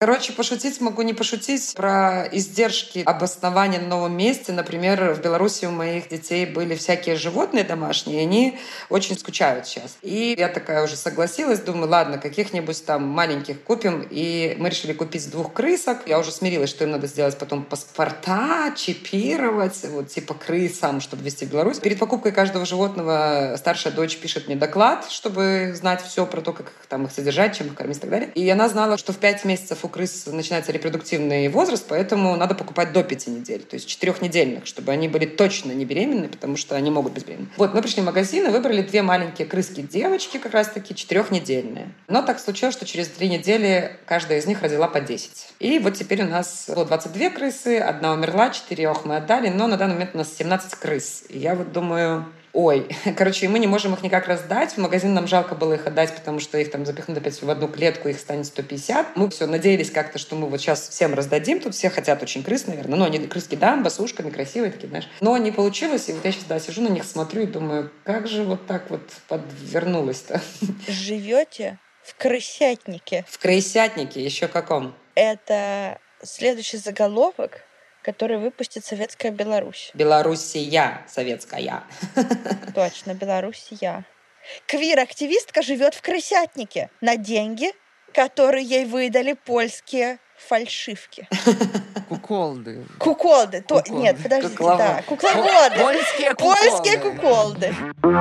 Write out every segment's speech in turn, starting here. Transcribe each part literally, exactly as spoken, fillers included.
Короче, пошутить могу не пошутить про издержки обоснования на новом месте. Например, в Беларуси у моих детей были всякие животные домашние, и они очень скучают сейчас. И я такая уже согласилась, думаю, ладно, каких-нибудь там маленьких купим. И мы решили купить двух крысок. Я уже смирилась, что им надо сделать потом паспорта, чипировать, вот типа крысам, чтобы везти в Беларусь. Перед покупкой каждого животного старшая дочь пишет мне доклад, чтобы знать все про то, как их, там, их содержать, чем их кормить и так далее. И она знала, что в пять месяцев у крыс начинается репродуктивный возраст, поэтому надо покупать до пяти недель, то есть четырехнедельных, чтобы они были точно не беременны, потому что они могут быть беременны. Вот, мы пришли в магазин и выбрали две маленькие крыски-девочки, как раз-таки четырехнедельные. Но так случилось, что через три недели каждая из них родила по десять. И вот теперь у нас было двадцать две крысы, одна умерла, четырех мы отдали, но на данный момент у нас семнадцать крыс. И я вот думаю... Ой, короче, мы не можем их никак раздать. В магазин нам жалко было их отдать, потому что их там запихнут опять в одну клетку, их станет сто пятьдесят. Мы все надеялись как-то, что мы вот сейчас всем раздадим. Тут все хотят очень крыс, наверное. Но они крыски, да, с ушками, красивые такие, знаешь. Но не получилось. И вот я сейчас, да, сижу на них, смотрю и думаю, как же вот так вот подвернулось-то. Живете в крысятнике. В крысятнике? Еще каком? Это следующий заголовок, который выпустит Советская Беларусь. Белоруссия советская. Точно, Белоруссия. Квир-активистка живет в крысятнике на деньги, которые ей выдали польские фальшивки. Куколды. Куколды. То... Куколды. Нет, подождите, Кукловоды. да. Кукловоды. Польские куколды. Польские куколды.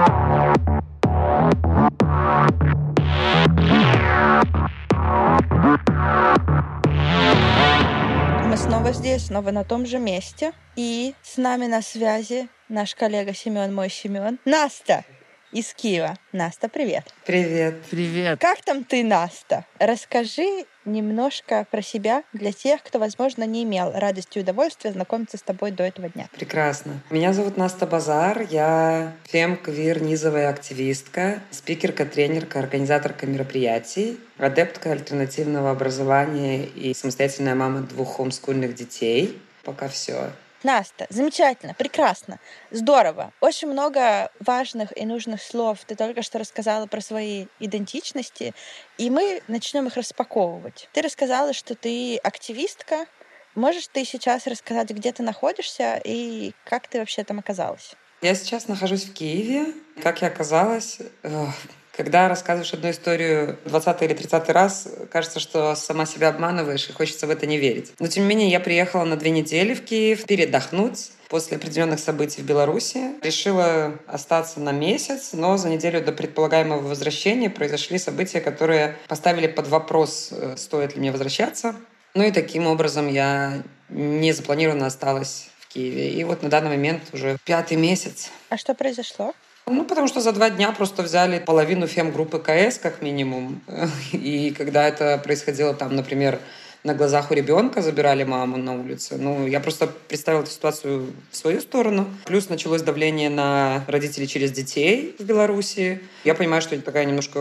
Мы снова здесь, снова на том же месте. И с нами на связи наш коллега Семен, мой Семен. Наста из Киева. Наста, привет. Привет. Привет. Как там ты, Наста? Расскажи немножко про себя для тех, кто, возможно, не имел радости и удовольствия знакомиться с тобой до этого дня. Прекрасно. Меня зовут Наста Базар. Я фем-квир-низовая активистка, спикерка, тренерка, организаторка мероприятий, адептка альтернативного образования и самостоятельная мама двух хомскульных детей. Пока все. Наста, замечательно, прекрасно, здорово. Очень много важных и нужных слов ты только что рассказала про свои идентичности, и мы начнем их распаковывать. Ты рассказала, что ты активистка. Можешь ты сейчас рассказать, где ты находишься и как ты вообще там оказалась? Я сейчас нахожусь в Киеве. Как я оказалась... Когда рассказываешь одну историю двадцатый или тридцатый раз, кажется, что сама себя обманываешь, и хочется в это не верить. Но, тем не менее, я приехала на две недели в Киев передохнуть после определенных событий в Беларуси. Решила остаться на месяц, но за неделю до предполагаемого возвращения произошли события, которые поставили под вопрос, стоит ли мне возвращаться. Ну и таким образом я незапланированно осталась в Киеве. И вот на данный момент уже пятый месяц. А что произошло? Ну, потому что за два дня просто взяли половину фем-группы КС, как минимум. И когда это происходило там, например, на глазах у ребенка забирали маму на улице. Ну, я просто представила эту ситуацию в свою сторону. Плюс началось давление на родителей через детей в Беларуси. Я понимаю, что я такая немножко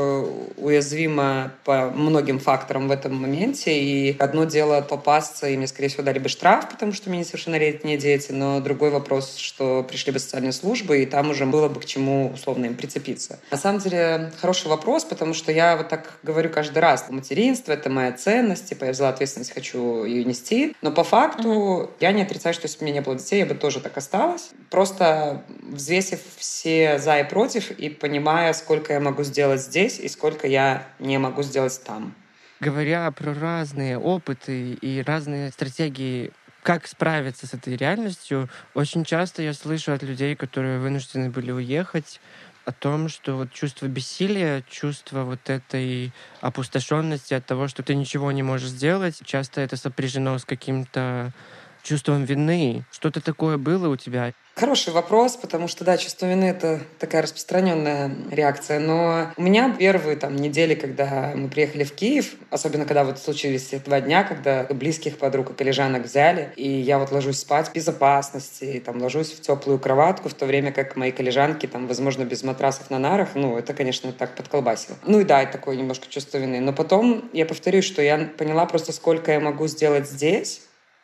уязвима по многим факторам в этом моменте. И одно дело попасться, и мне, скорее всего, дали бы штраф, потому что у меня несовершеннолетние дети. Но другой вопрос, что пришли бы социальные службы, и там уже было бы к чему условно им прицепиться. На самом деле, хороший вопрос, потому что я вот так говорю каждый раз. Материнство — это моя ценность, типа я взяла ответственность, хочу ее нести. Но по факту mm-hmm. я не отрицаю, что если бы у меня не было детей, я бы тоже так осталась. Просто взвесив все за и против и понимая, сколько я могу сделать здесь и сколько я не могу сделать там. Говоря про разные опыты и разные стратегии, как справиться с этой реальностью, очень часто я слышу от людей, которые вынуждены были уехать, о том, что вот чувство бессилия, чувство вот этой опустошенности от того, что ты ничего не можешь сделать, часто это сопряжено с каким-то чувством вины. Что-то такое было у тебя? Хороший вопрос, потому что, да, чувство вины — это такая распространенная реакция. Но у меня первые там недели, когда мы приехали в Киев, особенно когда вот случились эти два дня, когда близких подруг и коллежанок взяли, и я вот ложусь спать в безопасности, и, там, ложусь в теплую кроватку, в то время как мои коллежанки, там, возможно, без матрасов на нарах, ну, это, конечно, так подколбасило. Ну и да, это такое немножко чувство вины. Но потом я повторюсь, что я поняла просто, сколько я могу сделать здесь,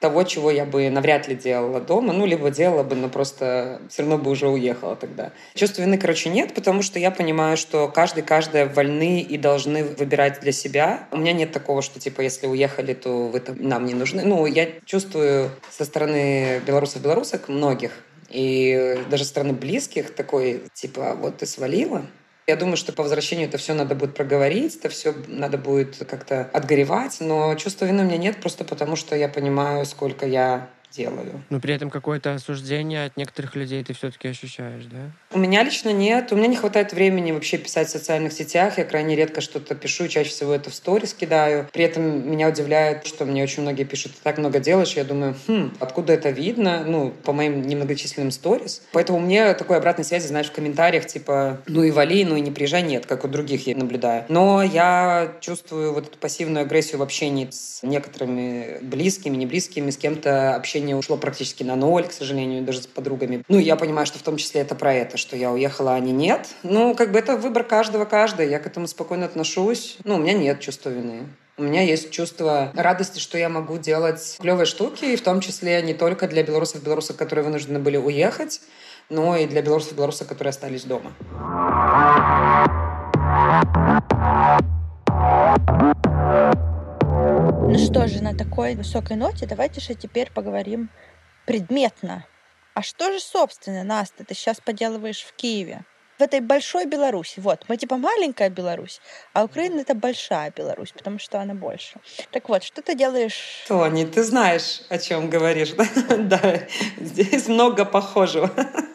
того, чего я бы навряд ли делала дома, ну, либо делала бы, но просто все равно бы уже уехала тогда. Чувства вины, короче, нет, потому что я понимаю, что каждый, каждая вольны и должны выбирать для себя. У меня нет такого, что, типа, если уехали, то вы там нам не нужны. Ну, я чувствую со стороны белорусов-белорусок многих, и даже со стороны близких такой, типа, вот ты свалила. Я думаю, что по возвращению это все надо будет проговорить, это все надо будет как-то отгоревать, но чувства вины у меня нет просто потому, что я понимаю, сколько я делаю. Но при этом какое-то осуждение от некоторых людей ты все-таки ощущаешь, да? У меня лично нет. У меня не хватает времени вообще писать в социальных сетях. Я крайне редко что-то пишу, чаще всего это в сторис кидаю. При этом меня удивляет, что мне очень многие пишут: ты так много делаешь. Я думаю, хм, откуда это видно? Ну, по моим немногочисленным сторис. Поэтому мне такой обратной связи, знаешь, в комментариях, типа, ну и вали, ну и не приезжай, нет, как у других я наблюдаю. Но я чувствую вот эту пассивную агрессию в общении с некоторыми близкими, неблизкими, с кем-то общение ушло практически на ноль, к сожалению, даже с подругами. Ну, я понимаю, что в том числе это про это, что я уехала, а они нет. Ну, как бы это выбор каждого, каждой. Я к этому спокойно отношусь. Ну, у меня нет чувства вины. У меня есть чувство радости, что я могу делать клевые штуки, и в том числе не только для белорусов и белорусок, которые вынуждены были уехать, но и для белорусов и белорусок, которые остались дома. Ну что же, на такой высокой ноте давайте же теперь поговорим предметно. А что же, собственно, Настя, ты сейчас поделываешь в Киеве? В этой большой Беларуси. Вот, мы типа маленькая Беларусь, а Украина — это большая Беларусь, потому что она больше. Так вот, что ты делаешь? Тони, ты знаешь, о чем говоришь, да? Да, здесь много похожего.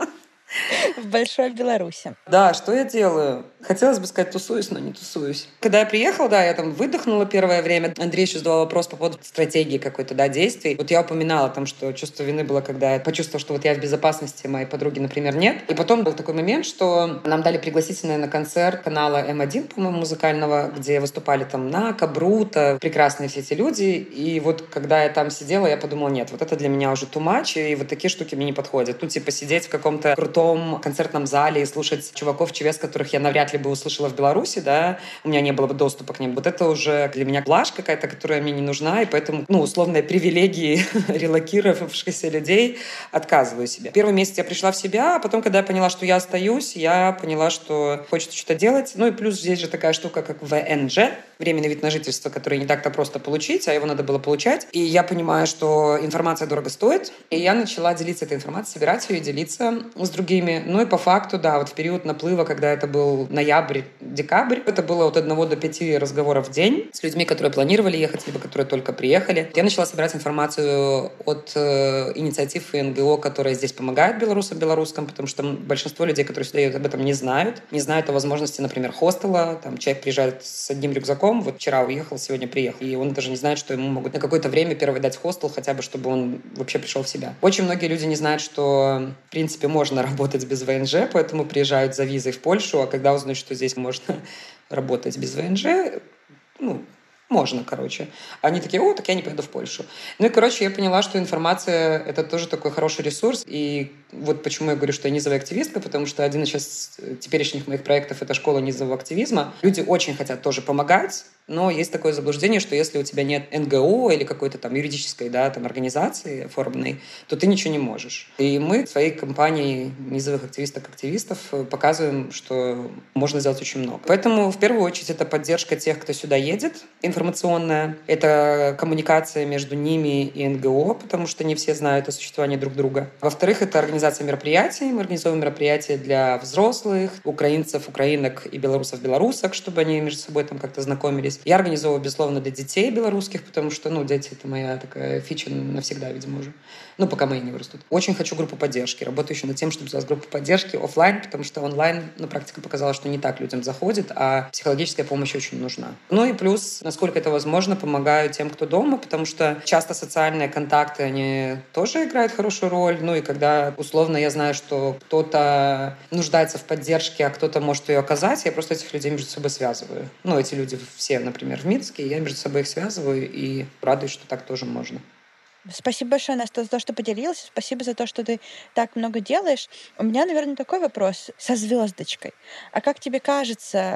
В большой Беларуси. Да, что я делаю? Хотелось бы сказать, тусуюсь, но не тусуюсь. Когда я приехала, да, я там выдохнула первое время. Андрей еще задавал вопрос по поводу стратегии какой-то, да, действий. Вот я упоминала там, что чувство вины было, когда я почувствовала, что вот я в безопасности, моей подруги, например, нет. И потом был такой момент, что нам дали пригласительное на концерт канала эм один, по-моему, музыкального, где выступали там Нака, Брута, прекрасные все эти люди. И вот когда я там сидела, я подумала, нет, вот это для меня уже too much, и вот такие штуки мне не подходят. Ну, типа сидеть в каком-то крутом концертном зале и слушать чуваков ЧВС, которых я навряд ли бы услышала в Беларуси, да, у меня не было бы доступа к ним. Вот это уже для меня блажь какая-то, которая мне не нужна, и поэтому, ну, условные привилегии релокировавшихся людей отказываю себе. Первый месяц я пришла в себя, а потом, когда я поняла, что я остаюсь, я поняла, что хочется что-то делать. Ну и плюс здесь же такая штука, как вэ эн джэ, временный вид на жительство, который не так-то просто получить, а его надо было получать. И я понимаю, что информация дорого стоит, и я начала делиться этой информацией, собирать ее и делиться с другими. Ну и по факту, да, вот в период наплыва, когда это был ноябрь, декабрь, это было от одного до пяти разговоров в день с людьми, которые планировали ехать, либо которые только приехали. Я начала собирать информацию от э, инициатив и эн гэ о, которые здесь помогают белорусам, белорускам, потому что большинство людей, которые сюда едут, об этом не знают. Не знают о возможности, например, хостела. Там человек приезжает с одним рюкзаком, вот вчера уехал, сегодня приехал, и он даже не знает, что ему могут на какое-то время первый дать хостел, хотя бы, чтобы он вообще пришел в себя. Очень многие люди не знают, что, в принципе, можно работать без вэ эн джэ, поэтому приезжают за визой в Польшу, а когда узнают, что здесь можно работать без вэ эн джэ, ну, можно, короче. Они такие, о, так я не пойду в Польшу. Ну и, короче, я поняла, что информация — это тоже такой хороший ресурс. И вот почему я говорю, что я низовая активистка, потому что один из сейчас теперешних моих проектов — это школа низового активизма. Люди очень хотят тоже помогать, но есть такое заблуждение, что если у тебя нет эн гэ о или какой-то там юридической, да, там организации оформленной, то ты ничего не можешь. И мы в своей компании низовых активисток-активистов показываем, что можно сделать очень много. Поэтому в первую очередь это поддержка тех, кто сюда едет, информационная. Это коммуникация между ними и эн гэ о, потому что не все знают о существовании друг друга. Во-вторых, это организация мероприятий. Мы организовываем мероприятия для взрослых, украинцев, украинок и белорусов-белорусок, чтобы они между собой там как-то знакомились. Я организовываю, безусловно, для детей белорусских, потому что, ну, дети — это моя такая фича навсегда, видимо, уже. Ну, пока мои не вырастут. Очень хочу группу поддержки. Работаю еще над тем, чтобы сделать группу поддержки офлайн, потому что онлайн, ну, практика показала, что не так людям заходит, а психологическая помощь очень нужна. Ну и плюс, насколько это возможно, помогаю тем, кто дома, потому что часто социальные контакты, они тоже играют хорошую роль. Ну и когда, условно, я знаю, что кто-то нуждается в поддержке, а кто-то может ее оказать, я просто этих людей между собой связываю. Ну, эти люди все, например, в Минске, я между собой их связываю и радуюсь, что так тоже можно. Спасибо большое, Настя, за то, что поделилась. Спасибо за то, что ты так много делаешь. У меня, наверное, такой вопрос со звездочкой. А как тебе кажется,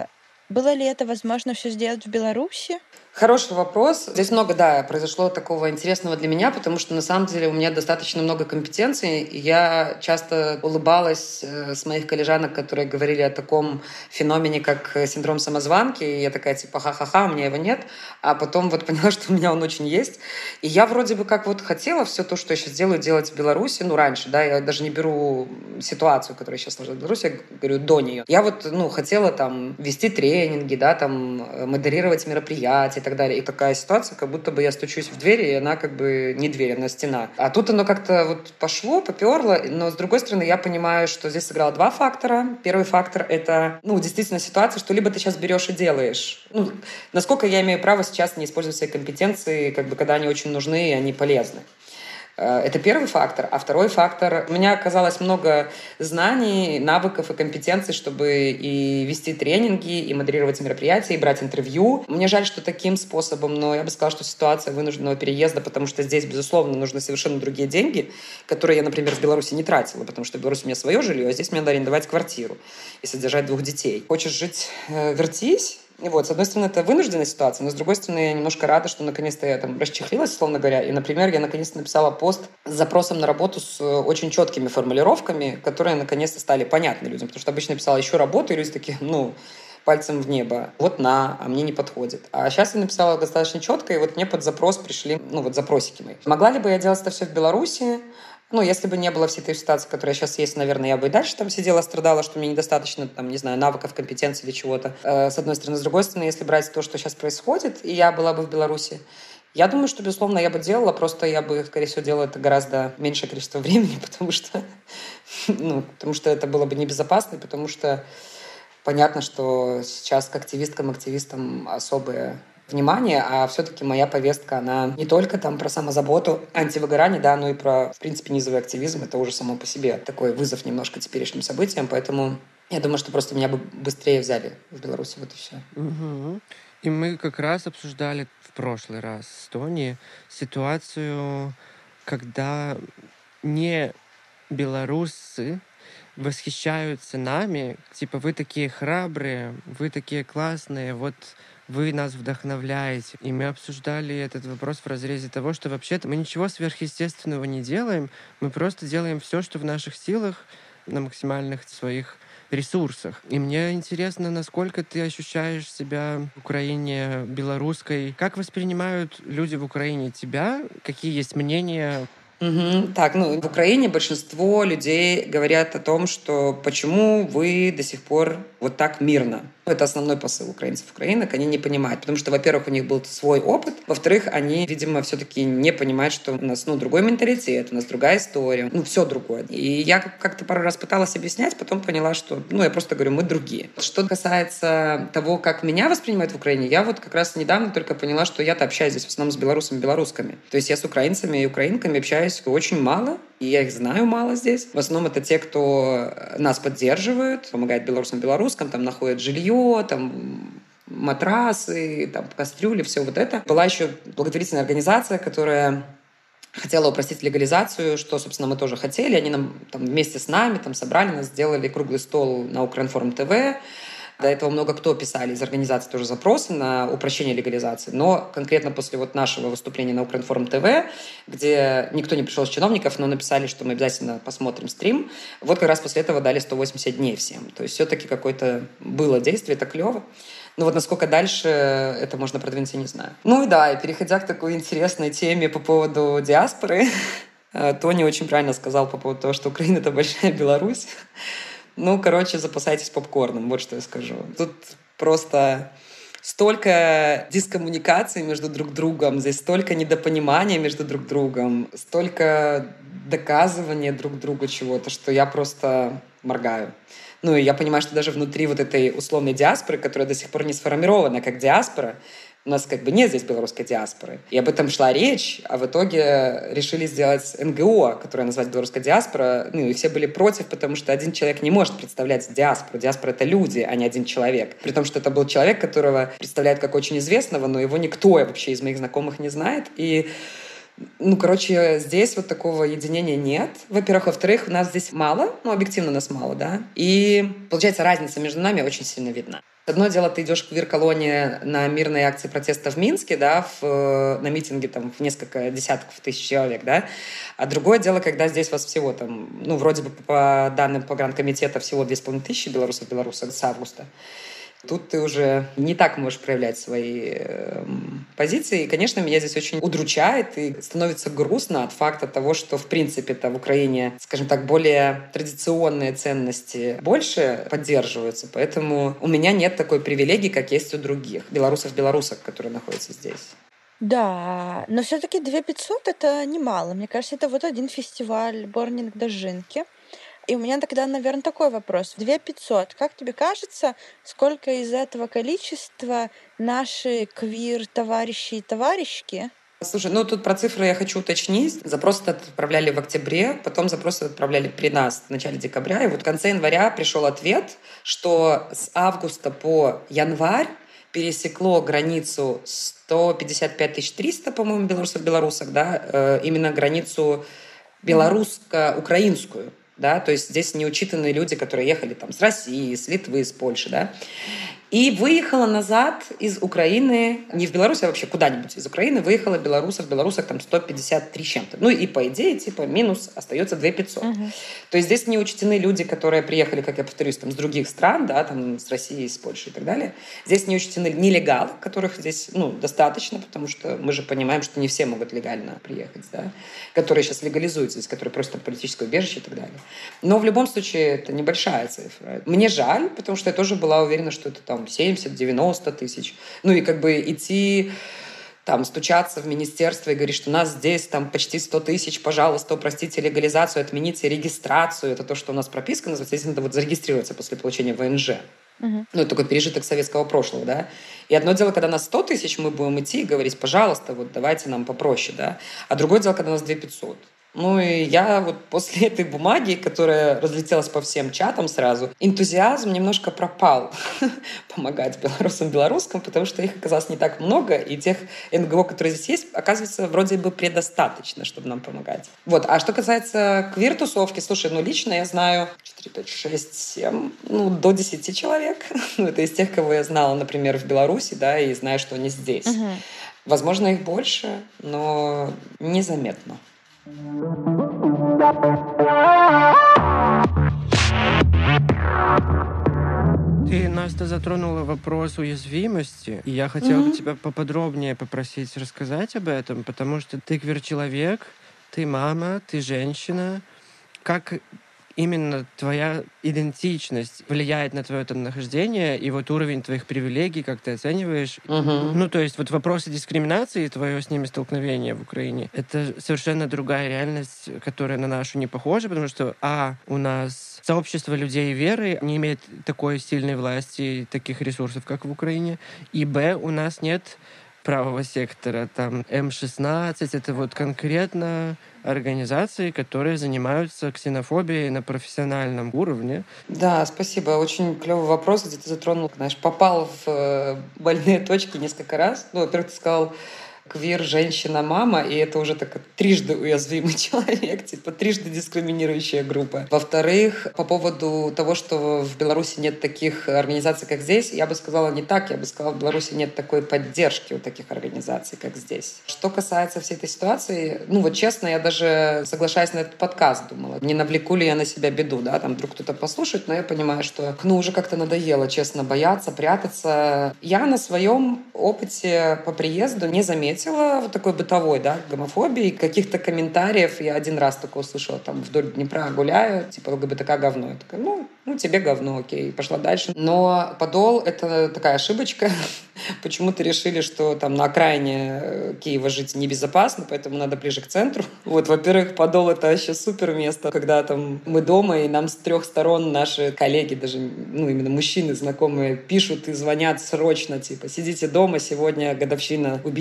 Было ли это возможно все сделать в Беларуси? Хороший вопрос. Здесь много, да, произошло такого интересного для меня, потому что на самом деле у меня достаточно много компетенций. И я часто улыбалась э, с моих коллежанок, которые говорили о таком феномене, как синдром самозванки. И я такая, типа, ха-ха-ха, у меня его нет. А потом вот поняла, что у меня он очень есть. И я вроде бы как вот хотела все то, что я сейчас делаю, делать в Беларуси. Ну, раньше, да, я даже не беру ситуацию, которая сейчас сложилась в Беларуси, я говорю, до нее. Я вот, ну, хотела там вести тренинги, да, там модерировать мероприятия, и так далее. И такая ситуация, как будто бы я стучусь в дверь, и она как бы не дверь, она стена. А тут оно как-то вот пошло, поперло, но с другой стороны я понимаю, что здесь сыграло два фактора. Первый фактор — это, ну, действительно ситуация, что либо ты сейчас берешь и делаешь. Ну, насколько я имею право сейчас не использовать свои компетенции, как бы, когда они очень нужны и они полезны. Это первый фактор. А второй фактор — у меня оказалось много знаний, навыков и компетенций, чтобы и вести тренинги, и модерировать мероприятия, и брать интервью. Мне жаль, что таким способом, но я бы сказала, что ситуация вынужденного переезда, потому что здесь, безусловно, нужны совершенно другие деньги, которые я, например, в Беларуси не тратила, потому что в Беларуси у меня свое жилье, а здесь мне надо арендовать квартиру и содержать двух детей. Хочешь жить э, — вертись. И вот, с одной стороны, это вынужденная ситуация, но с другой стороны, я немножко рада, что наконец-то я там расчехлилась, условно говоря. И, например, я наконец-то написала пост с запросом на работу с очень четкими формулировками, которые наконец-то стали понятны людям. Потому что обычно я писала «ищу работу», и люди такие, ну, пальцем в небо. Вот на, а мне не подходит. А сейчас я написала достаточно четко, и вот мне под запрос пришли, ну, вот запросики мои. Могла ли бы я делать это все в Беларуси? Ну, если бы не было всей этой ситуации, которая сейчас есть, наверное, я бы и дальше там сидела, страдала, что мне недостаточно, там, не знаю, навыков, компетенций или чего-то. Э, с одной стороны. С другой стороны, если брать то, что сейчас происходит, и я была бы в Беларуси, я думаю, что, безусловно, я бы делала, просто я бы, скорее всего, делала это гораздо меньшее количество времени, потому что, ну, потому что это было бы небезопасно, потому что понятно, что сейчас к активисткам, активистам особые внимание, а все-таки моя повестка, она не только там про самозаботу, антивыгорание, да, но и про, в принципе, низовый активизм. Это уже само по себе такой вызов немножко теперешним событиям, поэтому я думаю, что просто меня бы быстрее взяли в Беларуси, вот и все. Угу. И мы как раз обсуждали в прошлый раз с Тони ситуацию, когда не белорусы восхищаются нами, типа, вы такие храбрые, вы такие классные, вот вы нас вдохновляете. И мы обсуждали этот вопрос в разрезе того, что вообще-то мы ничего сверхъестественного не делаем, мы просто делаем все, что в наших силах, на максимальных своих ресурсах. И мне интересно, насколько ты ощущаешь себя в Украине белорусской, как воспринимают люди в Украине тебя, какие есть мнения. Угу. Так, ну, в Украине большинство людей говорят о том, что почему вы до сих пор вот так мирно. Это основной посыл украинцев украинок. Они не понимают, потому что, во-первых, у них был свой опыт, во-вторых, они, видимо, все-таки не понимают, что у нас, ну, другой менталитет, у нас другая история, ну, все другое. И я как-то пару раз пыталась объяснять, потом поняла, что, ну, я просто говорю, мы другие. Что касается того, как меня воспринимают в Украине, я вот как раз недавно только поняла, что я-то общаюсь здесь в основном с белорусами и белорусками. То есть я с украинцами и украинками общаюсь очень мало, и я их знаю мало здесь. В основном это те, кто нас поддерживают, помогает белорусам и белорускам, там находят жилье, там матрасы, там кастрюли, все вот это. Была еще благотворительная организация, которая хотела упростить легализацию, что, собственно, мы тоже хотели. Они нам там вместе с нами там собрали нас, сделали круглый стол на Укринформ ТВ. До этого много кто писали из организации тоже запросы на упрощение легализации. Но конкретно после вот нашего выступления на Укринформ ТВ, где никто не пришел из чиновников, но написали, что мы обязательно посмотрим стрим, вот как раз после этого дали сто восемьдесят дней всем. То есть все-таки какое-то было действие, это клево. Но вот насколько дальше это можно продвинуть, я не знаю. Ну и да, и переходя к такой интересной теме по поводу диаспоры, Тони очень правильно сказал по поводу того, что Украина — это большая Беларусь. Ну, короче, запасайтесь попкорном, вот что я скажу. Тут просто столько дискоммуникаций между друг другом, здесь столько недопонимания между друг другом, столько доказывания друг другу чего-то, что я просто моргаю. Ну, и я понимаю, что даже внутри вот этой условной диаспоры, которая до сих пор не сформирована как диаспора, у нас как бы нет здесь белорусской диаспоры. И об этом шла речь, а в итоге решили сделать эн гэ о, которое назвать белорусская диаспора. Ну, и все были против, потому что один человек не может представлять диаспору. Диаспора — это люди, а не один человек. При том, что это был человек, которого представляют как очень известного, но его никто вообще из моих знакомых не знает. И Ну, короче, здесь вот такого единения нет. Во-первых. Во-вторых, нас здесь мало, ну, объективно нас мало, да. И, получается, разница между нами очень сильно видна. Одно дело, ты идешь в квир-колонии на мирные акции протеста в Минске, да, в, на митинге там в несколько десятков тысяч человек, да. А другое дело, когда здесь вас всего там, ну, вроде бы по данным погранкомитета всего две с половиной тысячи белорусов, белорусов с августа. Тут ты уже не так можешь проявлять свои э, позиции. И, конечно, меня здесь очень удручает и становится грустно от факта того, что, в принципе-то, в Украине, скажем так, более традиционные ценности больше поддерживаются. Поэтому у меня нет такой привилегии, как есть у других белорусов-белорусок, которые находятся здесь. Да, но все-таки две тысячи пятьсот это немало. Мне кажется, это вот один фестиваль Борнинг Дожинки. И у меня тогда, наверное, такой вопрос. две тысячи пятьсот. Как тебе кажется, сколько из этого количества наши квир-товарищи и товарищки? Слушай, ну тут про цифры я хочу уточнить. Запрос этот отправляли в октябре, потом запрос этот отправляли при нас в начале декабря. И вот в конце января пришел ответ, что с августа по январь пересекло границу сто пятьдесят пять тысяч триста, по-моему, белорусов-белорусок, да, э, именно границу белорусско-украинскую. Да, то есть здесь не учитаны люди, которые ехали там с России, с Литвы, с Польши, да. И выехала назад из Украины, не в Беларусь, а вообще куда-нибудь из Украины, выехала белорусов, белорусок там сто пятьдесят три с чем-то. Ну и по идее, типа, минус остается две тысячи пятьсот. Uh-huh. То есть здесь не учтены люди, которые приехали, как я повторюсь, там, с других стран, да, там, с России, с Польши и так далее. Здесь не учтены нелегалы, которых здесь, ну, достаточно, потому что мы же понимаем, что не все могут легально приехать, да, которые сейчас легализуются, здесь, которые просят политическое убежище и так далее. Но в любом случае это небольшая цифра. Мне жаль, потому что я тоже была уверена, что это там семьдесят-девяносто тысяч. Ну и как бы идти, там, стучаться в министерство и говорить, что у нас здесь там почти сто тысяч, пожалуйста, упростите легализацию, отмените регистрацию. Это то, что у нас прописка называется. Здесь надо вот зарегистрироваться после получения вэ эн жэ. Uh-huh. Ну, это такой пережиток советского прошлого, да. И одно дело, когда нас сто тысяч, мы будем идти и говорить, пожалуйста, вот давайте нам попроще, да. А другое дело, когда нас две тысячи пятьсот. Ну и я вот после этой бумаги, которая разлетелась по всем чатам сразу, энтузиазм немножко пропал помогать белорусам-белорускам, потому что их оказалось не так много, и тех эн гэ о, которые здесь есть, оказывается, вроде бы предостаточно, чтобы нам помогать. Вот. А что касается квир-тусовки, слушай, ну лично я знаю четыре, пять, шесть, семь, ну до десяти человек. Ну это из тех, кого я знала, например, в Беларуси, да, и знаю, что они здесь. Угу. Возможно, их больше, но незаметно. Ты, Настя, затронула вопрос уязвимости, и я хотела mm-hmm. бы тебя поподробнее попросить рассказать об этом, потому что ты квир-человек, ты мама, ты женщина. Как именно твоя идентичность влияет на твое там нахождение и вот уровень твоих привилегий, как ты оцениваешь? Uh-huh. Ну, то есть вот вопросы дискриминации и твое с ними столкновение в Украине — это совершенно другая реальность, которая на нашу не похожа, потому что, а, у нас сообщество людей веры не имеет такой сильной власти и таких ресурсов, как в Украине, и, б, у нас нет правого сектора, там эм шестнадцать, это вот конкретно организации, которые занимаются ксенофобией на профессиональном уровне. Да, спасибо. Очень клевый вопрос, где ты затронул, знаешь, попал в больные точки несколько раз. Ну, во-первых, ты сказал квир, женщина, мама, и это уже так трижды уязвимый человек, типа трижды дискриминирующая группа. Во-вторых, по поводу того, что в Беларуси нет таких организаций, как здесь, я бы сказала не так, я бы сказала, в Беларуси нет такой поддержки у таких организаций, как здесь. Что касается всей этой ситуации, ну вот честно, я даже, соглашаясь на этот подкаст, думала, не навлеку ли я на себя беду, да, там вдруг кто-то послушает, но я понимаю, что, ну, уже как-то надоело, честно, бояться, прятаться. Я на своем опыте по приезду не заметила вот такой бытовой, да, гомофобии, каких-то комментариев. Я один раз только услышала, там, вдоль Днепра гуляю, типа, эл гэ бэ тэ ка говно. Я такая, ну, ну, тебе говно, окей, пошла дальше. Но Подол — это такая ошибочка. Почему-то решили, что там на окраине Киева жить небезопасно, поэтому надо ближе к центру. Вот, во-первых, Подол — это вообще супер место, когда там мы дома, и нам с трех сторон наши коллеги, даже, ну, именно мужчины, знакомые, пишут и звонят срочно, типа, сидите дома, сегодня годовщина убийства журналиста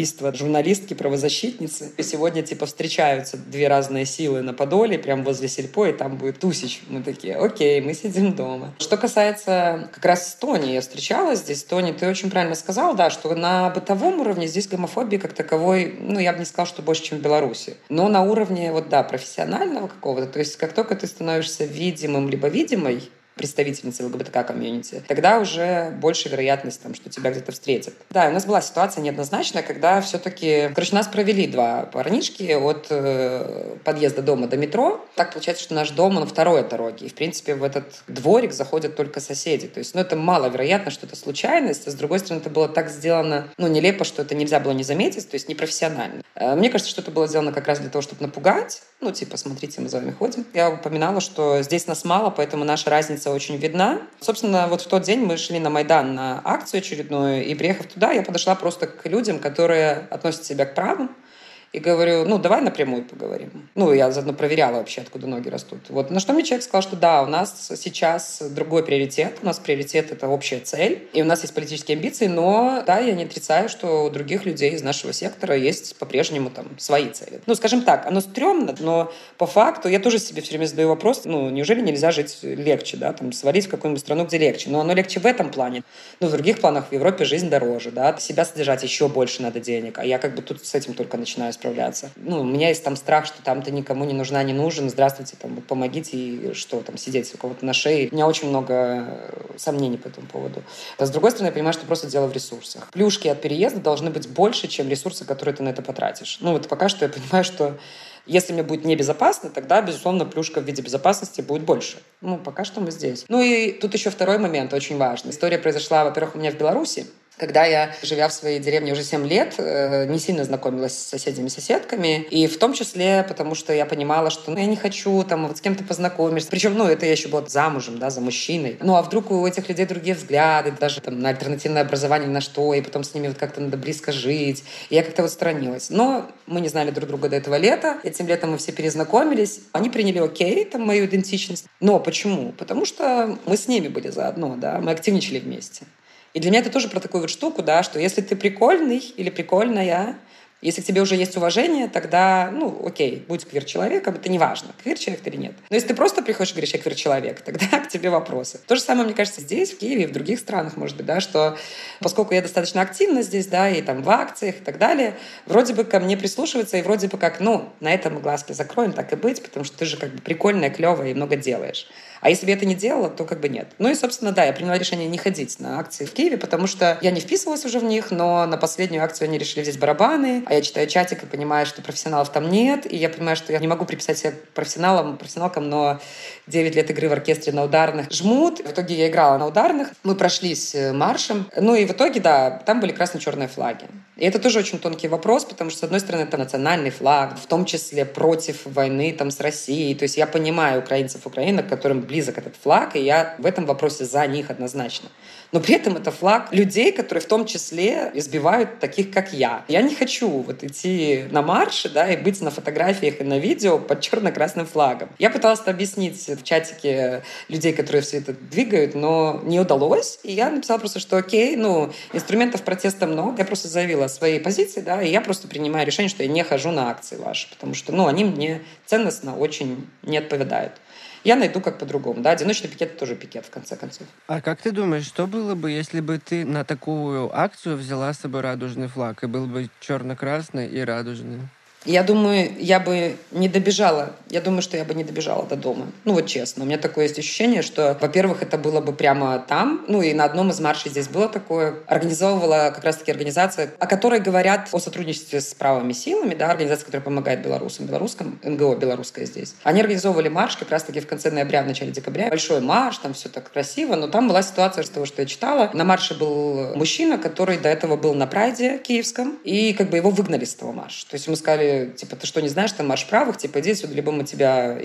журналистки, правозащитницы. И сегодня, типа, встречаются две разные силы на Подоле, прям возле сельпо, и там будет тусич. Мы такие, окей, мы сидим дома. Что касается как раз Эстонии, я встречалась здесь. Тони, ты очень правильно сказал, да, что на бытовом уровне здесь гомофобии как таковой, ну, я бы не сказала, что больше, чем в Беларуси. Но на уровне, вот да, профессионального какого-то, то есть как только ты становишься видимым либо видимой, представительницы ЛГБТК-комьюнити, тогда уже больше вероятность, там, что тебя где-то встретят. Да, у нас была ситуация неоднозначная, когда все-таки... Короче, нас провели два парнишки от э, подъезда дома до метро. Так получается, что наш дом, он второй от дороги. И, в принципе, в этот дворик заходят только соседи. То есть, ну, это маловероятно, что это случайность. А с другой стороны, это было так сделано, ну, нелепо, что это нельзя было не заметить, то есть непрофессионально. Э, мне кажется, что это было сделано как раз для того, чтобы напугать. Ну, типа, смотрите, мы за вами ходим. Я упоминала, что здесь нас мало, поэтому наша разница очень видна. Собственно, вот в тот день мы шли на Майдан на акцию очередную, и, приехав туда, я подошла просто к людям, которые относят себя к правым, и говорю, ну, давай напрямую поговорим. Ну, я заодно проверяла вообще, откуда ноги растут. Вот. На что мне человек сказал, что да, у нас сейчас другой приоритет. У нас приоритет — это общая цель. И у нас есть политические амбиции, но, да, я не отрицаю, что у других людей из нашего сектора есть по-прежнему там свои цели. Ну, скажем так, оно стрёмно, но по факту я тоже себе все время задаю вопрос, ну, неужели нельзя жить легче, да, там, свалить в какую-нибудь страну, где легче. Но оно легче в этом плане. Но в других планах в Европе жизнь дороже, да, себя содержать еще больше надо денег. А я как бы тут с этим только начинаю справляться. Ну, у меня есть там страх, что там ты никому не нужна, не нужен, здравствуйте, там, помогите, и что там, сидеть у кого-то на шее. У меня очень много сомнений по этому поводу. А с другой стороны, я понимаю, что просто дело в ресурсах. Плюшки от переезда должны быть больше, чем ресурсы, которые ты на это потратишь. Ну, вот пока что я понимаю, что если мне будет небезопасно, тогда, безусловно, плюшка в виде безопасности будет больше. Ну, пока что мы здесь. Ну и тут еще второй момент очень важный. История произошла, во-первых, у меня в Беларуси, когда я, живя в своей деревне уже семь лет, не сильно знакомилась с соседями-соседками. И в том числе, потому что я понимала, что ну, я не хочу там вот с кем-то познакомиться. Причем, ну, это я еще была замужем, да, за мужчиной. Ну, а вдруг у этих людей другие взгляды, даже там на альтернативное образование, на что, и потом с ними вот как-то надо близко жить. И я как-то вот сторонилась. Но мы не знали друг друга до этого лета. Этим летом мы все перезнакомились. Они приняли окей, там, мою идентичность. Но почему? Потому что мы с ними были заодно, да, мы активничали вместе. И для меня это тоже про такую вот штуку, да, что если ты прикольный или прикольная, если к тебе уже есть уважение, тогда, ну, окей, будь квир-человеком, это не важно, квир-человек или нет. Но если ты просто приходишь и говоришь, я квир-человек, тогда к тебе вопросы. То же самое, мне кажется, здесь, в Киеве, и в других странах, может быть, да, что поскольку я достаточно активна здесь, да, и там в акциях и так далее, вроде бы ко мне прислушиваются, и вроде бы как, ну, на этом мы глазки закроем, так и быть, потому что ты же как бы прикольная, клевая и много делаешь. А если бы я это не делала, то как бы нет. Ну и, собственно, да, я приняла решение не ходить на акции в Киеве, потому что я не вписывалась уже в них, но на последнюю акцию они решили взять барабаны, а я читаю чатик и понимаю, что профессионалов там нет, и я понимаю, что я не могу приписать себя профессионалам, профессионалкам, но девять лет игры в оркестре на ударных жмут. В итоге я играла на ударных, мы прошлись маршем, ну и в итоге, да, там были красно-черные флаги. И это тоже очень тонкий вопрос, потому что, с одной стороны, это национальный флаг, в том числе против войны там, с Россией. То есть я понимаю украинцев, украинок, которым близок этот флаг, и я в этом вопросе за них однозначно. Но при этом это флаг людей, которые в том числе избивают таких, как я. Я не хочу вот идти на марши, да, и быть на фотографиях и на видео под черно-красным флагом. Я пыталась это объяснить в чатике людей, которые все это двигают, но не удалось. И я написала просто, что окей, ну, инструментов протеста много. Я просто заявила о своей позиции, да, и я просто принимаю решение, что я не хожу на акции ваши, потому что, ну, они мне ценностно очень не отповедают. Я найду как по-другому. Да? Одиночный пикет — это тоже пикет, в конце концов. А как ты думаешь, что было бы, если бы ты на такую акцию взяла с собой радужный флаг, и был бы черно-красный и радужный? Я думаю, я бы не добежала. Я думаю, что я бы не добежала до дома. Ну вот честно. У меня такое есть ощущение, что, во-первых, это было бы прямо там. Ну и на одном из маршей здесь было такое. Организовывала как раз-таки организация, о которой говорят о сотрудничестве с правыми силами. Да, организация, которая помогает белорусам, белорусским, эн гэ о белорусское здесь. Они организовывали марш как раз-таки в конце ноября, в начале декабря. Большой марш, там все так красиво. Но там была ситуация, с того, что я читала. На марше был мужчина, который до этого был на прайде киевском. И как бы его выгнали с этого марша. То есть ему сказали, типа, ты что, не знаешь, там марш правых, типа, иди сюда, либо мы тебя,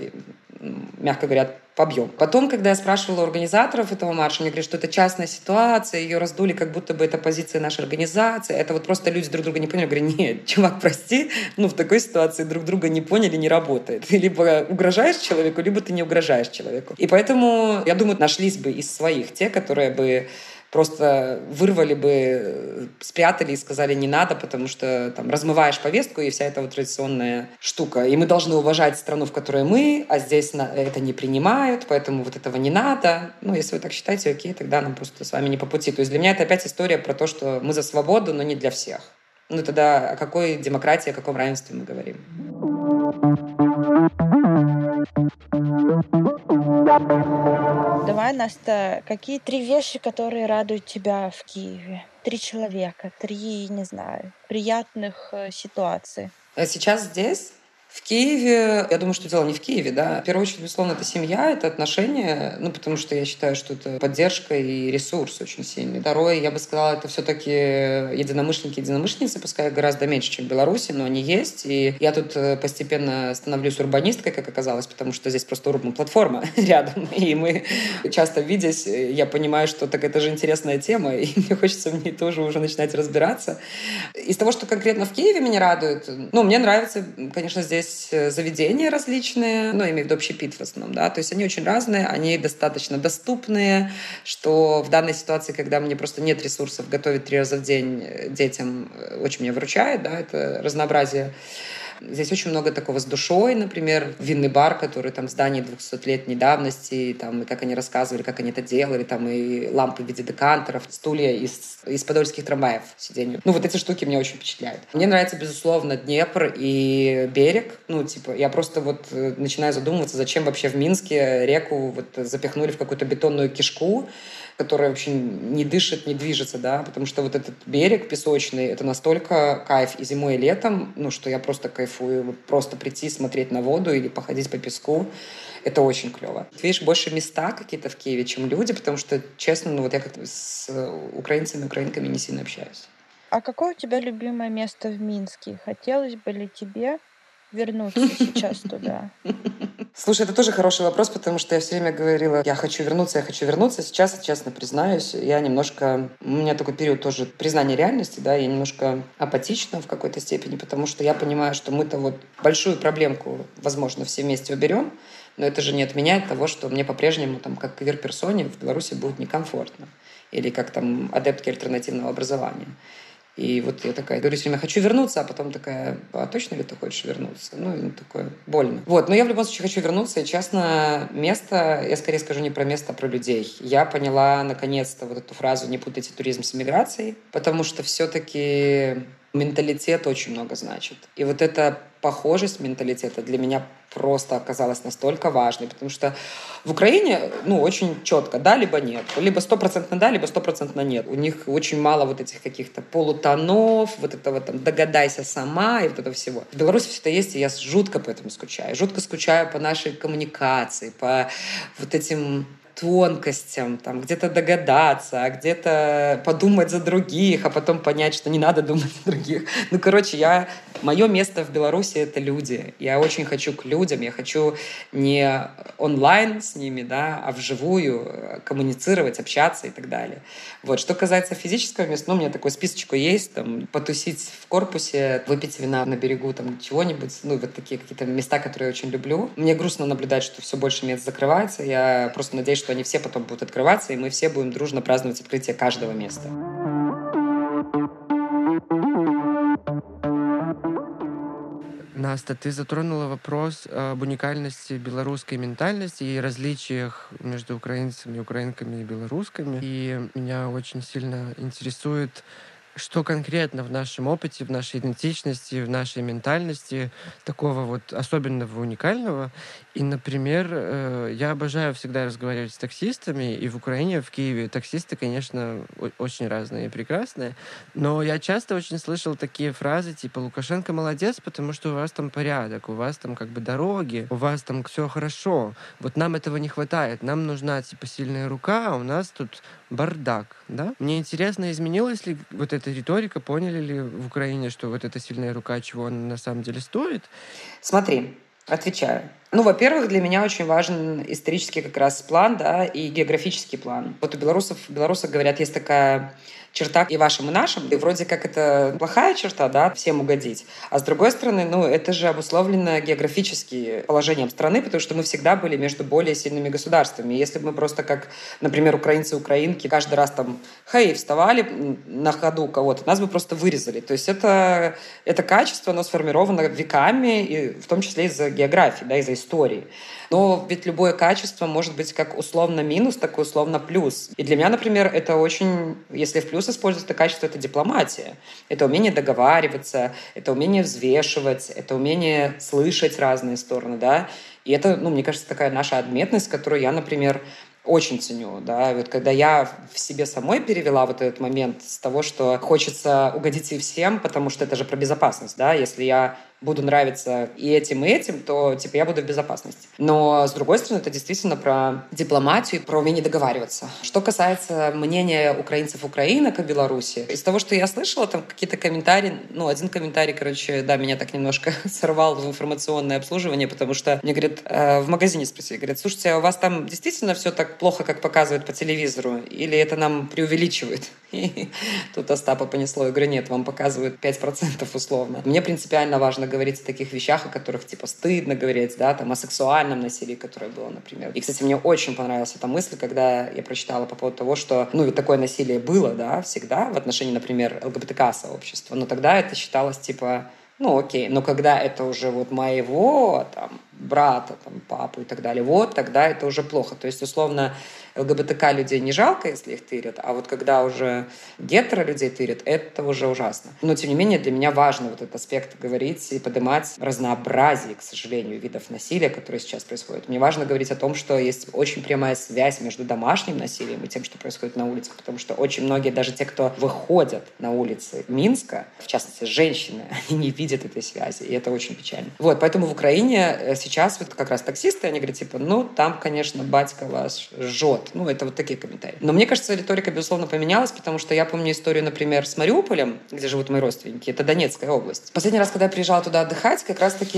мягко говоря, побьем. Потом, когда я спрашивала у организаторов этого марша, они говорят, что это частная ситуация, ее раздули, как будто бы это позиция нашей организации, это вот просто люди друг друга не поняли. Я говорю, нет, чувак, прости, ну, в такой ситуации друг друга не поняли, не работает. Ты либо угрожаешь человеку, либо ты не угрожаешь человеку. И поэтому, я думаю, нашлись бы из своих те, которые бы просто вырвали бы, спрятали и сказали не надо, потому что там размываешь повестку и вся эта вот традиционная штука. И мы должны уважать страну, в которой мы, а здесь это не принимают, поэтому вот этого не надо. Ну, если вы так считаете, окей, тогда нам просто с вами не по пути. То есть для меня это опять история про то, что мы за свободу, но не для всех. Ну, тогда о какой демократии, о каком равенстве мы говорим? Давай, Настя, какие три вещи, которые радуют тебя в Киеве? Три человека, три, не знаю, приятных э, ситуации. А сейчас здесь? В Киеве, я думаю, что дело не в Киеве, да. В первую очередь, безусловно, это семья, это отношения, ну, потому что я считаю, что это поддержка и ресурс очень сильный. Второе, я бы сказала, это все-таки единомышленники, единомышленницы, пускай гораздо меньше, чем в Беларуси, но они есть. И я тут постепенно становлюсь урбанисткой, как оказалось, потому что здесь просто урбан-платформа рядом. И мы часто, видясь, я понимаю, что так это же интересная тема, и мне хочется в ней тоже уже начинать разбираться. Из того, что конкретно в Киеве меня радует, ну, мне нравится, конечно, здесь заведения различные, ну, имею в виду общепит в основном, да, то есть они очень разные, они достаточно доступные, что в данной ситуации, когда мне просто нет ресурсов готовить три раза в день детям, очень меня выручает, да, это разнообразие. Здесь очень много такого с душой, например, винный бар, который там в здании двухсотлетней давности, и, там, и как они рассказывали, как они это делали, там и лампы в виде декантеров, стулья из, из подольских трамваев сиденью. Ну, вот эти штуки меня очень впечатляют. Мне нравится, безусловно, Днепр и берег. Ну, типа, я просто вот начинаю задумываться, зачем вообще в Минске реку вот запихнули в какую-то бетонную кишку, которая вообще не дышит, не движется, да, потому что вот этот берег песочный, это настолько кайф и зимой, и летом, ну, что я просто кайфую. Вот просто прийти, смотреть на воду или походить по песку, это очень клево. Видишь, больше места какие-то в Киеве, чем люди, потому что, честно, ну, вот я как-то с украинцами, украинками не сильно общаюсь. А какое у тебя любимое место в Минске? Хотелось бы ли тебе вернуться сейчас туда? Слушай, это тоже хороший вопрос, потому что я все время говорила, я хочу вернуться, я хочу вернуться. Сейчас, честно признаюсь, я немножко... У меня такой период тоже признания реальности, да, я немножко апатична в какой-то степени, потому что я понимаю, что мы-то вот большую проблемку, возможно, все вместе уберем, но это же не отменяет того, что мне по-прежнему, там, как квир-персоне в Беларуси будет некомфортно. Или как там адептки альтернативного образования. И вот я такая говорю все время, хочу вернуться, а потом такая, а точно ли ты хочешь вернуться? Ну, и такое больно. Вот, но я в любом случае хочу вернуться, и, честно, место, я скорее скажу не про место, а про людей. Я поняла, наконец-то, вот эту фразу «не путайте туризм с эмиграцией», потому что все-таки менталитет очень много значит. И вот эта похожесть менталитета для меня просто оказалась настолько важной, потому что в Украине, ну, очень четко, да, либо нет. Либо стопроцентно да, либо стопроцентно нет. У них очень мало вот этих каких-то полутонов, вот этого там «догадайся сама» и вот этого всего. В Беларуси все это есть, и я жутко по этому скучаю. Жутко скучаю по нашей коммуникации, по вот этим тонкостям, там, где-то догадаться, а где-то подумать за других, а потом понять, что не надо думать за других. Ну, короче, я... Мое место в Беларуси — это люди. Я очень хочу к людям, я хочу не онлайн с ними, да, а вживую коммуницировать, общаться и так далее. Вот. Что касается физического места, ну, у меня такой списочек есть, там, потусить в корпусе, выпить вина на берегу, там, чего-нибудь, ну, вот такие какие-то места, которые я очень люблю. Мне грустно наблюдать, что все больше мест закрывается. Я просто надеюсь, что они все потом будут открываться, и мы все будем дружно праздновать открытие каждого места. Настя, ты затронула вопрос об уникальности белорусской ментальности и различиях между украинцами, украинками и белорусскими. И меня очень сильно интересует, что конкретно в нашем опыте, в нашей идентичности, в нашей ментальности такого вот особенного, уникального. И, например, э, я обожаю всегда разговаривать с таксистами, и в Украине, в Киеве таксисты, конечно, о- очень разные и прекрасные, но я часто очень слышал такие фразы, типа «Лукашенко молодец, потому что у вас там порядок, у вас там как бы дороги, у вас там все хорошо, вот нам этого не хватает, нам нужна типа сильная рука, а у нас тут бардак», да? Мне интересно, изменилась ли вот эта риторика, поняли ли в Украине, что вот эта сильная рука, чего она на самом деле стоит? Смотри, отвечаю. Ну, во-первых, для меня очень важен исторический как раз план, да, и географический план. Вот у белорусов, белорусов говорят, есть такая черта и вашим, и нашим. И вроде как это плохая черта, да, всем угодить. А с другой стороны, ну, это же обусловлено географически положением страны, потому что мы всегда были между более сильными государствами. Если бы мы просто как, например, украинцы, украинки, каждый раз там, хей, вставали на ходу кого-то, нас бы просто вырезали. То есть это, это качество, оно сформировано веками, и в том числе из-за географии, да, из-за истории. Но ведь любое качество может быть как условно минус, так и условно плюс. И для меня, например, это очень, если в плюс использовать это качество, это дипломатия. Это умение договариваться, это умение взвешивать, это умение слышать разные стороны, да. И это, ну, мне кажется, такая наша отметность, которую я, например, очень ценю, да, вот когда я в себе самой перевела вот этот момент с того, что хочется угодить и всем, потому что это же про безопасность, да, если я буду нравиться и этим, и этим, то, типа, я буду в безопасности. Но, с другой стороны, это действительно про дипломатию и про умение договариваться. Что касается мнения украинцев украинок о Беларуси, из того, что я слышала, там какие-то комментарии, ну, один комментарий, короче, да, меня так немножко сорвал в информационное обслуживание, потому что мне, говорят, э, в магазине спросили, говорят, слушайте, а у вас там действительно все так плохо, как показывают по телевизору, или это нам преувеличивают? И тут Остапа понесло. Я говорю, нет, вам показывают пять процентов условно. Мне принципиально важно говорить о таких вещах, о которых, типа, стыдно говорить, да, там, о сексуальном насилии, которое было, например. И, кстати, мне очень понравилась эта мысль, когда я прочитала по поводу того, что, ну, ведь такое насилие было, да, всегда в отношении, например, ЛГБТК-сообщества, но тогда это считалось, типа, ну, окей, но когда это уже вот моего, там, брата, там, папу и так далее, вот тогда это уже плохо. То есть, условно, ЛГБТК людей не жалко, если их тырят, а вот когда уже гетеро людей тырят, это уже ужасно. Но, тем не менее, для меня важно вот этот аспект говорить и поднимать разнообразие, к сожалению, видов насилия, которые сейчас происходят. Мне важно говорить о том, что есть очень прямая связь между домашним насилием и тем, что происходит на улицах, потому что очень многие, даже те, кто выходят на улицы Минска, в частности, женщины, они не видят этой связи, и это очень печально. Вот, поэтому в Украине сейчас вот как раз таксисты, они говорят, типа, ну, там, конечно, батька вас жжет. Ну, это вот такие комментарии. Но мне кажется, риторика, безусловно, поменялась, потому что я помню историю, например, с Мариуполем, где живут мои родственники. Это Донецкая область. Последний раз, когда я приезжала туда отдыхать, как раз-таки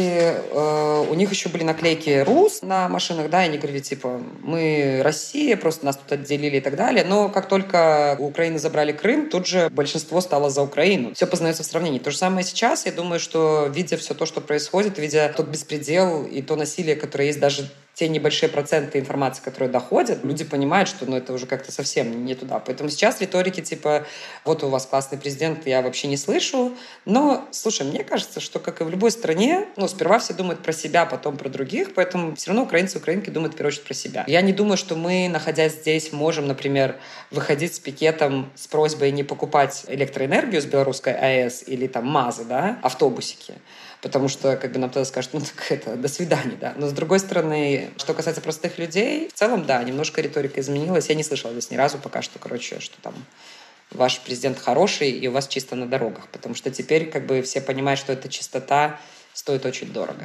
э, у них еще были наклейки «Рус» на машинах, да, и они говорили, типа, мы Россия, просто нас тут отделили и так далее. Но как только у Украины забрали Крым, тут же большинство стало за Украину. Все познается в сравнении. То же самое сейчас. Я думаю, что, видя все то, что происходит, видя тот беспредел и то насилие, которое есть даже те небольшие проценты информации, которые доходят, люди понимают, что ну, это уже как-то совсем не туда. Поэтому сейчас риторики типа «вот у вас классный президент, я вообще не слышу». Но, слушай, мне кажется, что, как и в любой стране, ну, сперва все думают про себя, потом про других, поэтому все равно украинцы и украинки думают в первую очередь про себя. Я не думаю, что мы, находясь здесь, можем, например, выходить с пикетом с просьбой не покупать электроэнергию с белорусской АЭС или там МАЗы, да, автобусики. Потому что, как бы, нам тогда скажут, ну, так это, до свидания, да. Но, с другой стороны, что касается простых людей, в целом, да, немножко риторика изменилась. Я не слышала здесь ни разу пока что, короче, что там ваш президент хороший, и у вас чисто на дорогах. Потому что теперь, как бы, все понимают, что эта чистота стоит очень дорого.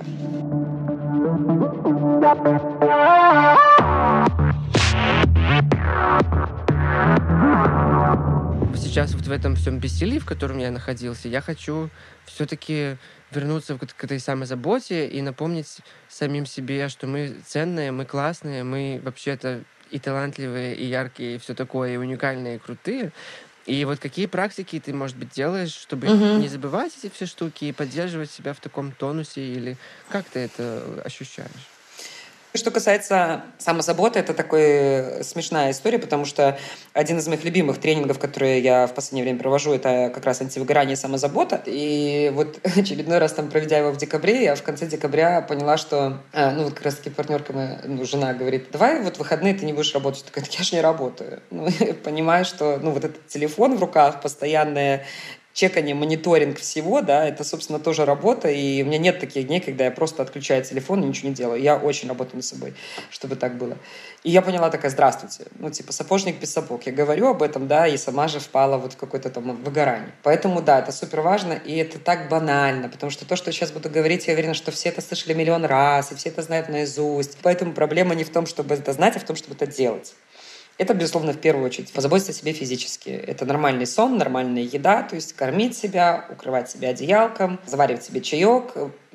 Сейчас вот в этом всем бессилии, в котором я находился, я хочу все-таки вернуться к этой самозаботе и напомнить самим себе, что мы ценные, мы классные, мы вообще-то и талантливые, и яркие, и все такое, и уникальные, и крутые. И вот какие практики ты, может быть, делаешь, чтобы Мгм. не забывать эти все штуки и поддерживать себя в таком тонусе, или как ты это ощущаешь? Что касается самозаботы, это такая смешная история, потому что один из моих любимых тренингов, которые я в последнее время провожу, это как раз антивыгорание и самозабота. И вот очередной раз, там, проведя его в декабре, я в конце декабря поняла, что, а, ну, вот как раз-таки партнерка моя, ну, жена говорит, давай вот в выходные ты не будешь работать. Я такая, я же не работаю. Ну, я понимаю, что, ну, вот этот телефон в руках, постоянное чекание, мониторинг всего, да, это, собственно, тоже работа, и у меня нет таких дней, когда я просто отключаю телефон и ничего не делаю. Я очень работаю над собой, чтобы так было. И я поняла такая, здравствуйте, ну, типа, сапожник без сапог. Я говорю об этом, да, и сама же впала вот в какое-то там выгорание. Поэтому, да, это супер важно, и это так банально, потому что то, что я сейчас буду говорить, я уверена, что все это слышали миллион раз, и все это знают наизусть. Поэтому проблема не в том, чтобы это знать, а в том, чтобы это делать. Это, безусловно, в первую очередь позаботиться о себе физически. Это нормальный сон, нормальная еда, то есть кормить себя, укрывать себя одеялком, заваривать себе чаек,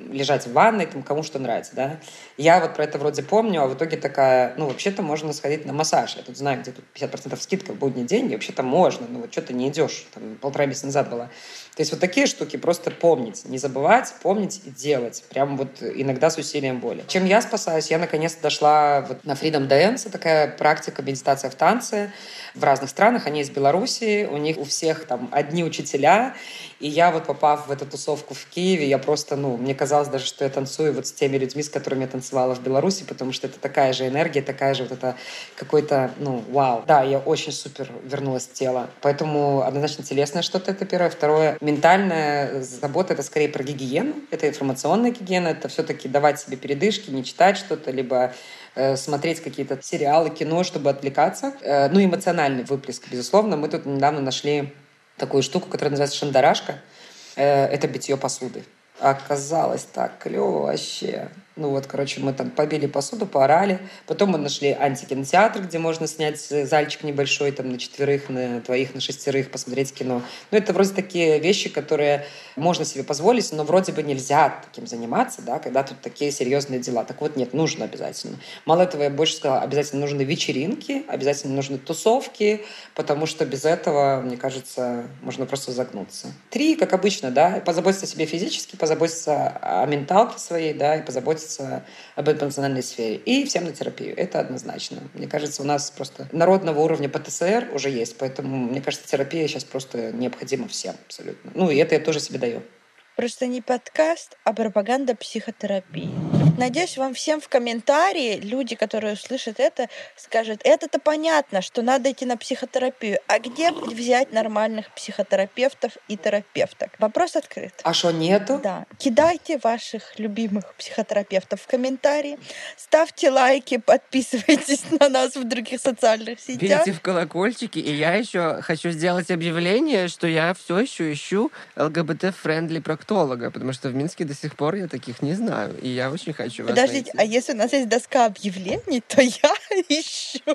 лежать в ванной, там, кому что нравится, да. Я вот про это вроде помню, а в итоге такая, ну, вообще-то можно сходить на массаж. Я тут знаю, где тут пятьдесят процентов скидка в будний день, и вообще-то можно, ну, вот что ты не идешь, там, полтора месяца назад была. То есть вот такие штуки просто помнить, не забывать, помнить и делать. Прям вот иногда с усилием воли. Чем я спасаюсь? Я наконец-то дошла вот на Freedom Dance, такая практика, медитация в танце в разных странах. Они из Белоруссии, у них у всех там одни учителя. И я вот, попав в эту тусовку в Киеве, я просто, ну, мне казалось даже, что я танцую вот с теми людьми, с которыми я танцевала в Беларуси, потому что это такая же энергия, такая же вот это какой-то, ну, вау. Да, я очень супер вернулась в тело. Поэтому однозначно телесное что-то — это первое. Второе, ментальная забота — это скорее про гигиену. Это информационная гигиена, это все-таки давать себе передышки, не читать что-то, либо э, смотреть какие-то сериалы, кино, чтобы отвлекаться. Э, ну, эмоциональный выплеск, безусловно. Мы тут недавно нашли такую штуку, которая называется шандарашка. Э, это битье посуды. Оказалось так клево вообще. Ну вот, короче, мы там побили посуду, поорали. Потом мы нашли антикинотеатр, где можно снять зальчик небольшой, там, на четверых, на двоих, на шестерых, посмотреть кино. Ну, это вроде такие вещи, которые можно себе позволить, но вроде бы нельзя таким заниматься, да, когда тут такие серьезные дела. Так вот, нет, нужно обязательно. Мало этого, я больше сказала, обязательно нужны вечеринки, обязательно нужны тусовки, потому что без этого, мне кажется, можно просто загнуться. Три, как обычно, да, позаботиться о себе физически, позаботиться о менталке своей, да, и позаботиться об эмоциональной сфере. И всем на терапию. Это однозначно. Мне кажется, у нас просто народного уровня ПТСР уже есть, поэтому, мне кажется, терапия сейчас просто необходима всем абсолютно. Ну, и это я тоже себе даю. Просто не подкаст, а пропаганда психотерапии. Надеюсь, вам всем в комментарии люди, которые услышат это, скажут, это-то понятно, что надо идти на психотерапию. А где взять нормальных психотерапевтов и терапевток? Вопрос открыт. А что, нету? Да. Кидайте ваших любимых психотерапевтов в комментарии, ставьте лайки, подписывайтесь на нас в других социальных сетях. Бейте в колокольчики, и я еще хочу сделать объявление, что я все еще ищу ЛГБТ-френдли проктолога, потому что в Минске до сих пор я таких не знаю, и я очень хочу вас Подождите, найти. а если у нас есть доска объявлений, то я ищу.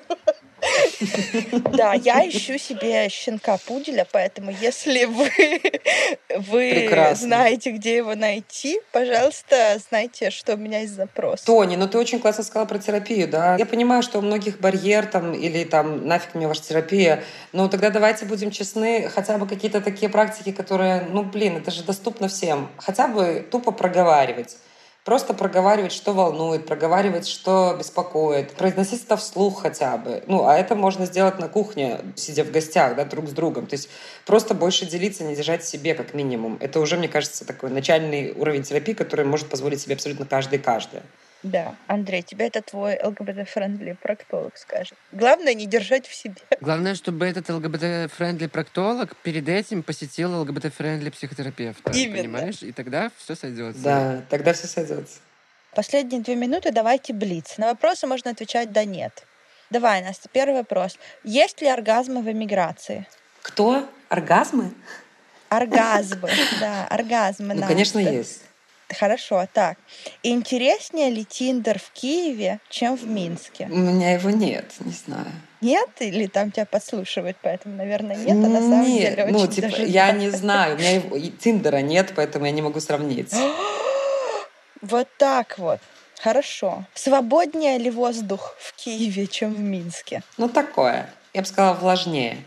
Да, я ищу себе щенка-пуделя, поэтому если вы, вы Прекрасно. знаете, где его найти, пожалуйста, знайте, что у меня есть запрос. Тони, ну ты очень классно сказала про терапию, да. Я понимаю, что у многих барьер там или там нафиг мне ваша терапия, но тогда давайте будем честны, хотя бы какие-то такие практики, которые, ну блин, это же доступно всем. Хотя бы тупо проговаривать. Просто проговаривать, что волнует, проговаривать, что беспокоит, произносить это вслух хотя бы. Ну, а это можно сделать на кухне, сидя в гостях, да, друг с другом. То есть просто больше делиться, не держать в себе, как минимум. Это уже, мне кажется, такой начальный уровень терапии, который может позволить себе абсолютно каждый и каждая. Да, Андрей, тебе это твой ЛГБТ-френдли проктолог скажет. Главное не держать в себе. Главное, чтобы этот ЛГБТ-френдли проктолог перед этим посетил ЛГБТ-френдли психотерапевта. Именно. Понимаешь? И тогда все сойдется. Да, тогда все сойдется. Последние две минуты давайте блиц. На вопросы можно отвечать «да», «нет». Давай, Настя, первый вопрос. Есть ли оргазмы в эмиграции? Кто? Оргазмы? Оргазмы, да, оргазмы. Ну, Настя. конечно, есть. Хорошо, так. Интереснее ли Тиндер в Киеве, чем в Минске? У меня его нет, не знаю. Нет? Или там тебя подслушивают, поэтому, наверное, нет, а на самом Нет, деле ну, очень типа, даже я да. не знаю. У меня его- и Тиндера нет, поэтому я не могу сравнить. Вот так вот. Хорошо. Свободнее ли воздух в Киеве, чем в Минске? Ну, такое. Я бы сказала, влажнее.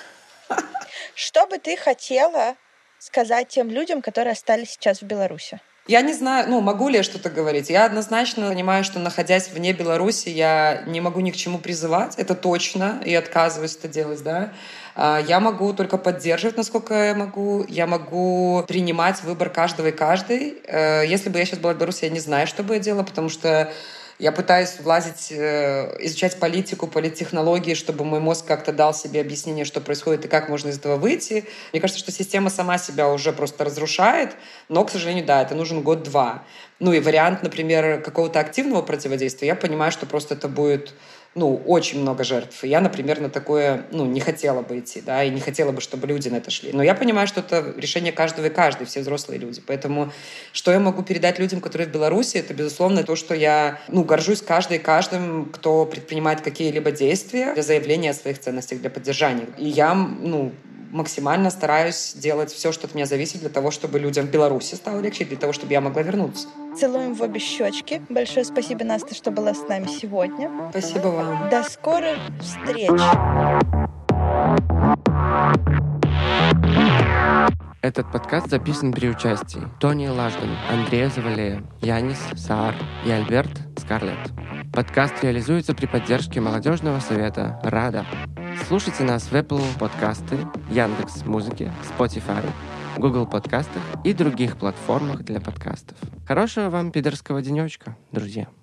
Что бы ты хотела сказать тем людям, которые остались сейчас в Беларуси? Я не знаю, ну, могу ли я что-то говорить. Я однозначно понимаю, что, находясь вне Беларуси, я не могу ни к чему призывать, это точно, и отказываюсь это делать, да. А, Я могу только поддерживать, насколько я могу. Я могу принимать выбор каждого и каждой. Э, Если бы я сейчас была в Беларуси, я не знаю, что бы я делала, потому что я пытаюсь влазить, э, изучать политику, политтехнологии, чтобы мой мозг как-то дал себе объяснение, что происходит и как можно из этого выйти. Мне кажется, что система сама себя уже просто разрушает, но, к сожалению, да, это нужен год-два. Ну и вариант, например, какого-то активного противодействия, я понимаю, что просто это будет, ну, очень много жертв. И я, например, на такое, ну, не хотела бы идти, да, и не хотела бы, чтобы люди на это шли. Но я понимаю, что это решение каждого и каждой, все взрослые люди. Поэтому что я могу передать людям, которые в Беларуси, это, безусловно, то, что я, ну, горжусь каждой и каждым, кто предпринимает какие-либо действия для заявления о своих ценностях, для поддержания. И я, ну, максимально стараюсь делать все, что от меня зависит, для того, чтобы людям в Беларуси стало легче, для того, чтобы я могла вернуться. Целуем в обе щечки. Большое спасибо, Настя, что была с нами сегодня. Спасибо вам. До скорых встреч. Этот подкаст записан при участии Тони Лажден, Андрея Завалея, Янис Саар и Альберт Скарлетт. Подкаст реализуется при поддержке молодежного совета «Рада». Слушайте нас в Apple подкасты, Яндекс.Музыке, Spotify, Google подкастах и других платформах для подкастов. Хорошего вам пидорского денечка, друзья!